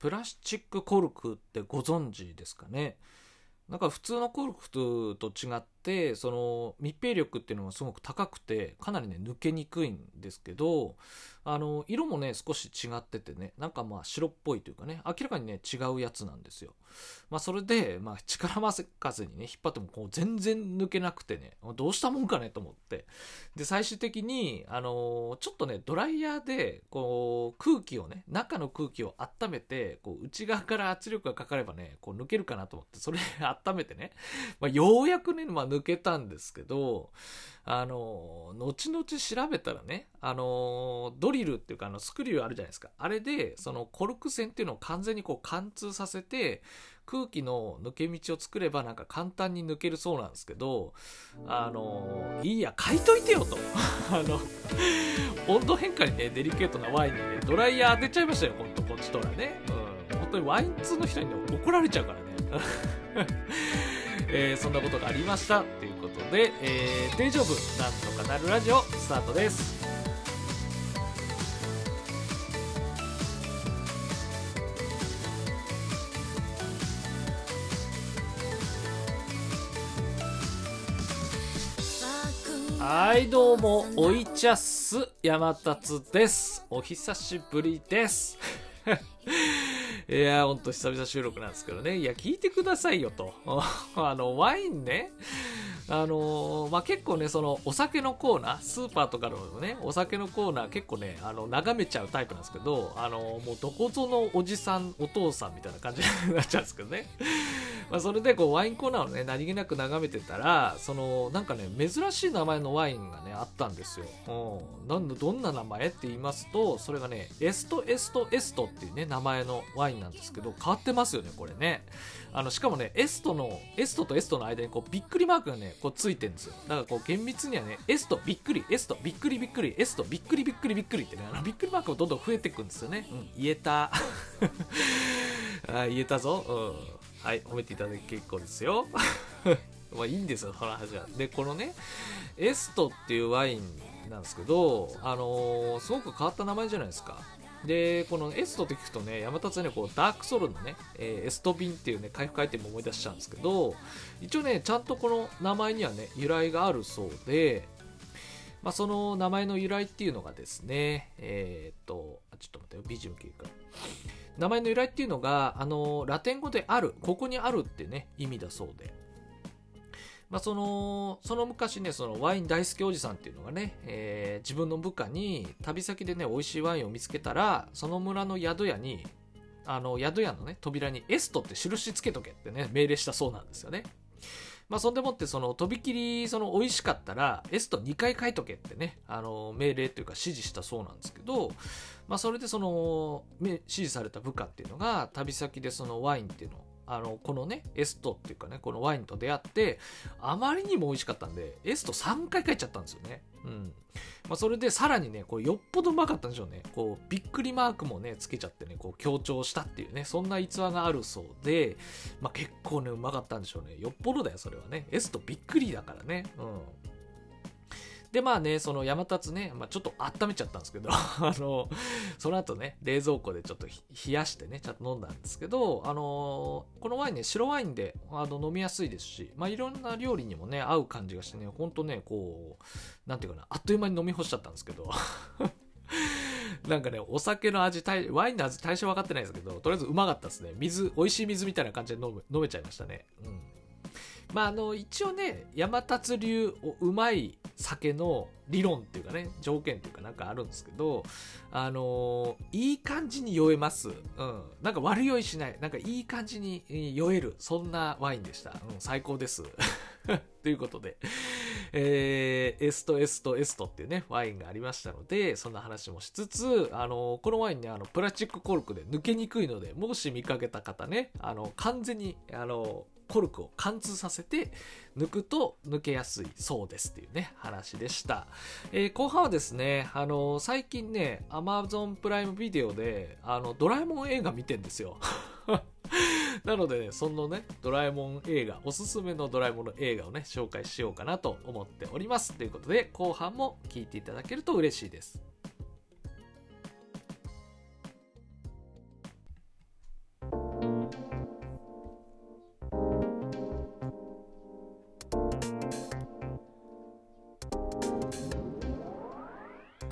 プラスチックコルクってご存知ですかね。なんか普通のコルクと違って、その密閉力っていうのがすごく高くて、かなりね抜けにくいんですけど、色もね少し違っててね、なんかまあ白っぽいというかね、明らかにね違うやつなんですよ。まあそれでまあ力任せにね引っ張ってもこう全然抜けなくてね、どうしたもんかねと思って、で最終的にちょっとねドライヤーでこう空気をね、中の空気を温めて、こう内側から圧力がかかればねこう抜けるかなと思って、それ温めてね、まあ、ようやくね、まあ、抜けたんですけど、後々調べたらね、ドリルっていうかスクリューあるじゃないですか。あれでそのコルク線っていうのを完全にこう貫通させて、空気の抜け道を作ればなんか簡単に抜けるそうなんですけど、いいや買いといてよと温度変化にねデリケートなワインにねドライヤー当てちゃいましたよ、ほんとこっちとらね。本当にワイン通の人にね怒られちゃうからねそんなことがありましたということで、大丈夫なんとかなるラジオスタートです。はいどうもおいちゃっす、山達です。お久しぶりですいやほんと久々収録なんですけどね、いや聞いてくださいよとワインね、まあ、結構ねそのお酒のコーナー、スーパーとかのねお酒のコーナー結構ね眺めちゃうタイプなんですけど、もうどこぞのおじさんお父さんみたいな感じになっちゃうんですけどねまあそれでこうワインコーナーをね何気なく眺めてたら、そのなんかね珍しい名前のワインがねあったんですよ。どんな名前って言いますと、それがねエストっていうね名前のワインなんですけど、変わってますよねこれね。しかもねエストとエストの間にこうびっくりマークがねこうついてるんですよ。だからこう厳密にはねエストびっくり、エストびっくりびっくり、エストびっくりびっくりびっくりってね、びっくりマークがどんどん増えていくんですよね。言えた言えたぞ。はい、褒めていただき結構ですよまあいいんですよその話は。でこのねエストっていうワインなんですけど、すごく変わった名前じゃないですか。でこのエストって聞くとね、山立ねこうダークソウルのね、エスト瓶っていうね回復アイテムを思い出しちゃうんですけど、一応ねちゃんとこの名前にはね由来があるそうで、まあ、その名前の由来っていうのがですね、ちょっと待ってよ、BGM 切るから。名前の由来っていうのがラテン語である、ここにあるってね意味だそうで、まあ、その昔ねそのワイン大好きおじさんっていうのがね、自分の部下に旅先でね美味しいワインを見つけたら、その村の宿屋に宿屋のね扉にエストって印つけとけってね命令したそうなんですよね。まあそんでもってそのとびきりその美味しかったらエスト2回書いとけってね命令というか指示したそうなんですけど、まあそれでその指示された部下っていうのが旅先でそのワインっていうのをこのねエストっていうかねこのワインと出会って、あまりにも美味しかったんでエスト3回書いちゃったんですよね。まあ、それでさらにねこうよっぽどうまかったんでしょうね。こうびっくりマークもねつけちゃってねこう強調したっていうね、そんな逸話があるそうで、まあ、結構ねうまかったんでしょうね。よっぽどだよそれはね、エストびっくりだからね。でまあねその山立ね、まあ、ちょっと温めちゃったんですけどその後ね冷蔵庫でちょっと冷やしてねちゃんと飲んだんですけど、このワインね白ワインで飲みやすいですし、まあいろんな料理にもね合う感じがしてね、ほんとねこうなんていうかな、あっという間に飲み干しちゃったんですけどなんかねお酒の味、ワインの味大して分かってないですけど、とりあえずうまかったですね。美味しい水みたいな感じで飲めちゃいましたね。まあ一応ね山立流うまい酒の理論っていうかね条件っていうかなんかあるんですけど、いい感じに酔えます。なんか悪酔いしない、なんかいい感じに酔える、そんなワインでした。最高ですということで、エストっていうねワインがありましたので、そんな話もしつつ、このワインねプラスチックコルクで抜けにくいので、もし見かけた方ね完全にコルクを貫通させて抜くと抜けやすいそうですっていうね話でした。後半はですね最近ね Amazon プライムビデオでドラえもん映画見てんですよなのでねそのねドラえもん映画、おすすめのドラえもんの映画をね紹介しようかなと思っております。ということで後半も聞いていただけると嬉しいです。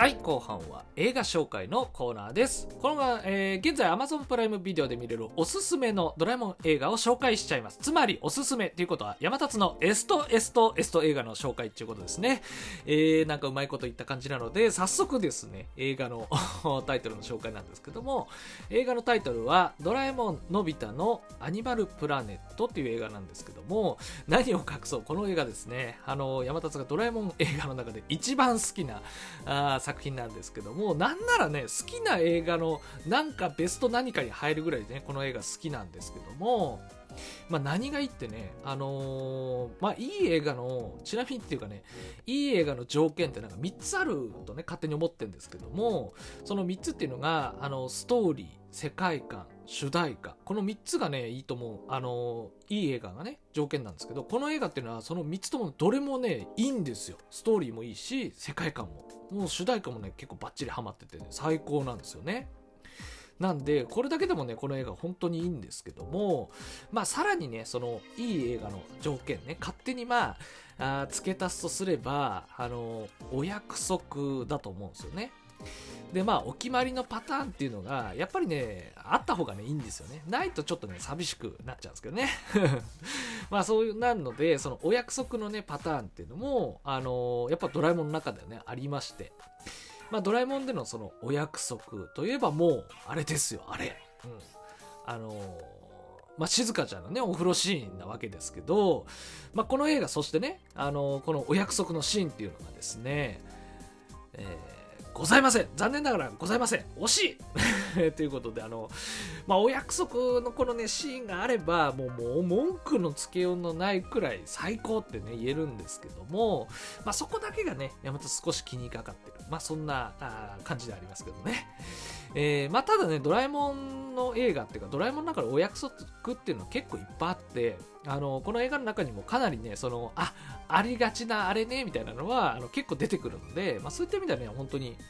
はい、後半は映画紹介のコーナーです。このが、現在 Amazon プライムビデオで見れるおすすめのドラえもん映画を紹介しちゃいます。つまりおすすめっていうことは山立のエスト映画の紹介っていうことですね。なんかうまいこと言った感じなので、早速ですね、映画のタイトルの紹介なんですけども、映画のタイトルはドラえもんのび太のアニマルプラネットっていう映画なんですけども、何を隠そう、この映画ですね、山立がドラえもん映画の中で一番好きな作品なんですけども、なんならね、好きな映画のなんかベスト何かに入るぐらいでね、この映画好きなんですけども、何がいいってね、いい映画の、ちなみにっていうかね、いい映画の条件ってなんか3つあるとね、勝手に思ってるんですけども、その3つっていうのが、ストーリー、世界観、主題歌、この3つがね、いいと思う。いい映画がね、条件なんですけど、この映画っていうのは、その3つともどれもね、いいんですよ。ストーリーもいいし、世界観も。もう主題歌もね、結構バッチリハマってて、ね、最高なんですよね。なんでこれだけでもねこの映画本当にいいんですけども、さらにねそのいい映画の条件ね勝手に付け足すとすればお約束だと思うんですよね。でお決まりのパターンっていうのがやっぱりねあった方がねいいんですよね。ないとちょっとね寂しくなっちゃうんですけどねそういうなのでそのお約束のねパターンっていうのもやっぱドラえもんの中ではねありまして、ドラえもんでのそのお約束といえばもうあれですよ、あれ。静香ちゃんのねお風呂シーンなわけですけど、この映画そしてねこのお約束のシーンっていうのがですね、ございません、残念ながらございません、惜しいということでお約束のこのねシーンがあればもう文句のつけようのないくらい最高ってね言えるんですけども、そこだけがねまた少し気にかかってる、そんな感じでありますけどね。ただねドラえもんの映画っていうかドラえもんの中でお約束っていうのは結構いっぱいあって、この映画の中にもかなりねありがちなあれねみたいなのは結構出てくるので、そういった意味ではね本当に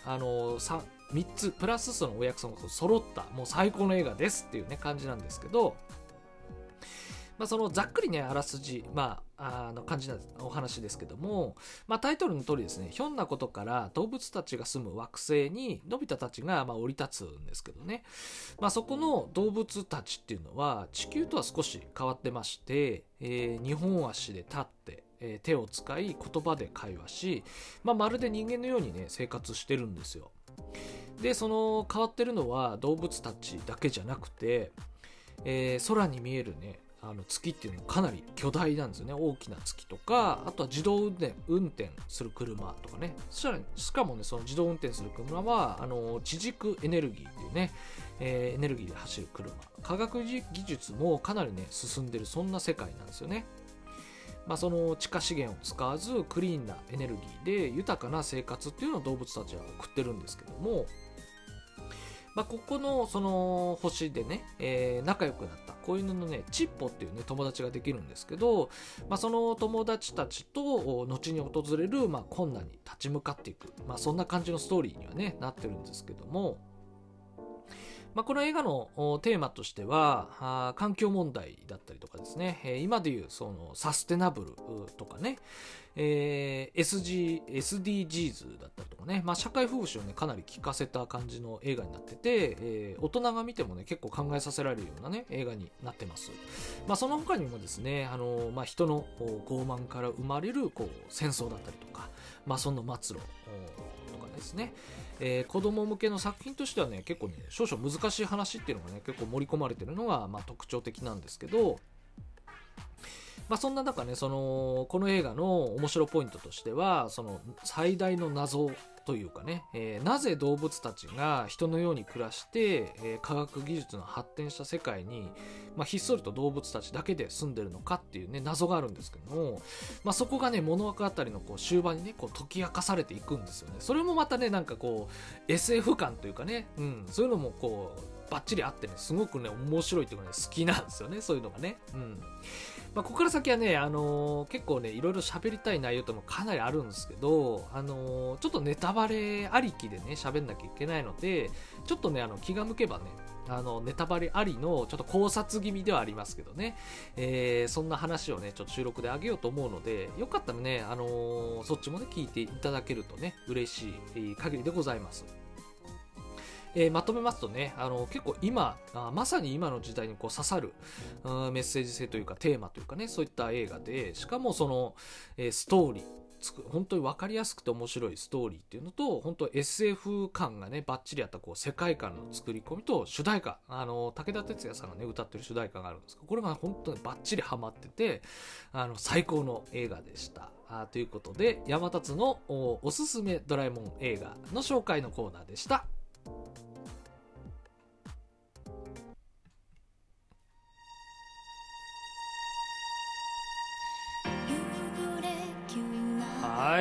3つプラスそのお約束が揃ったもう最高の映画ですっていうね感じなんですけど、そのざっくりねあらすじ感じなお話ですけども、タイトルの通りですね、ひょんなことから動物たちが住む惑星にのび太たちが降り立つんですけどね、そこの動物たちっていうのは地球とは少し変わってまして、2本足で立って手を使い言葉で会話し、まるで人間のようにね生活してるんですよ。でその変わってるのは動物たちだけじゃなくて、空に見えるね月っていうのはかなり巨大なんですよね。大きな月とか、あとは自動運転する車とかね。しかもねその自動運転する車は地軸エネルギーっていうね、エネルギーで走る車、科学技術もかなりね進んでるそんな世界なんですよね。その地下資源を使わずクリーンなエネルギーで豊かな生活っていうのを動物たちは送ってるんですけども、ここのその星でね、仲良くなった子犬のねチッポっていうね友達ができるんですけど、その友達たちと後に訪れる困難に立ち向かっていく、そんな感じのストーリーにはねなってるんですけども、この映画のテーマとしては環境問題だったりとかですね、今でいうそのサステナブルとかね、SDGs だったりとかね、社会風刺をねかなり効かせた感じの映画になってて、大人が見てもね結構考えさせられるようなね映画になってます。その他にもですね人の傲慢から生まれる戦争だったりとか、そんな末路とかですね、子供向けの作品としてはね結構ね少々難しい話っていうのがね結構盛り込まれてるのが特徴的なんですけど、そんな中ねこの映画の面白ポイントとしてはその最大の謎というかね、なぜ動物たちが人のように暮らして、科学技術の発展した世界に、ひっそりと動物たちだけで住んでるのかっていうね謎があるんですけども、そこがね物語の終盤にね解き明かされていくんですよね。それもまたねなんかSF 感というかね、そういうのもバッチリあってねすごくね面白いというかね好きなんですよね、そういうのがね。ここから先はね、結構ねいろいろ喋りたい内容ともかなりあるんですけど、ちょっとネタバレありきでね喋んなきゃいけないので、ちょっとね気が向けばねネタバレありのちょっと考察気味ではありますけどね、そんな話をねちょっと収録であげようと思うので、よかったらね、そっちもね聞いていただけるとね嬉しい限りでございます。まとめますとね、結構今まさに今の時代にこう刺さるメッセージ性というかテーマというかね、そういった映画で、しかもその、ストーリー本当に分かりやすくて面白いストーリーっていうのと、本当 SF 感がねバッチリあったこう世界観の作り込みと主題歌、武田鉄矢さんがね歌ってる主題歌があるんですけど、これが本当にバッチリハマってて、最高の映画でした。ということで、山立のおすすめドラえもん映画の紹介のコーナーでした。はい、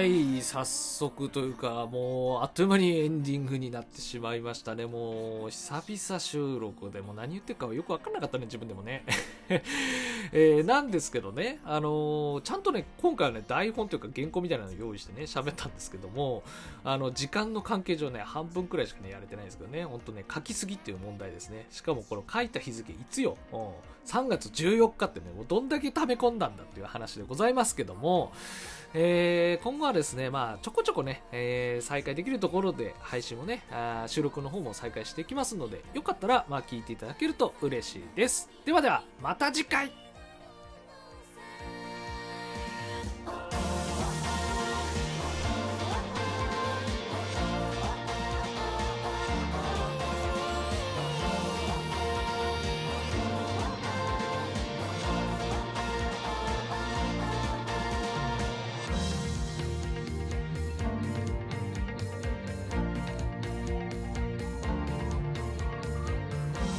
早速というか、もうあっという間にエンディングになってしまいましたね。もう久々収録でも何言ってるかよく分かんなかったね、自分でもね。なんですけどね、ちゃんとね今回はね台本というか原稿みたいなのを用意してね喋ったんですけども、時間の関係上ね半分くらいしかねやれてないですけどね、ほんとね書きすぎっていう問題ですね。しかもこの書いた日付いつよ、3月14日ってね、もうどんだけ溜め込んだんだっていう話でございますけども、今後はですね、まあちょこちょこね、再開できるところで配信もね、収録の方も再開していきますので、よかったらまあ聞いていただけると嬉しいです。ではではまた次回。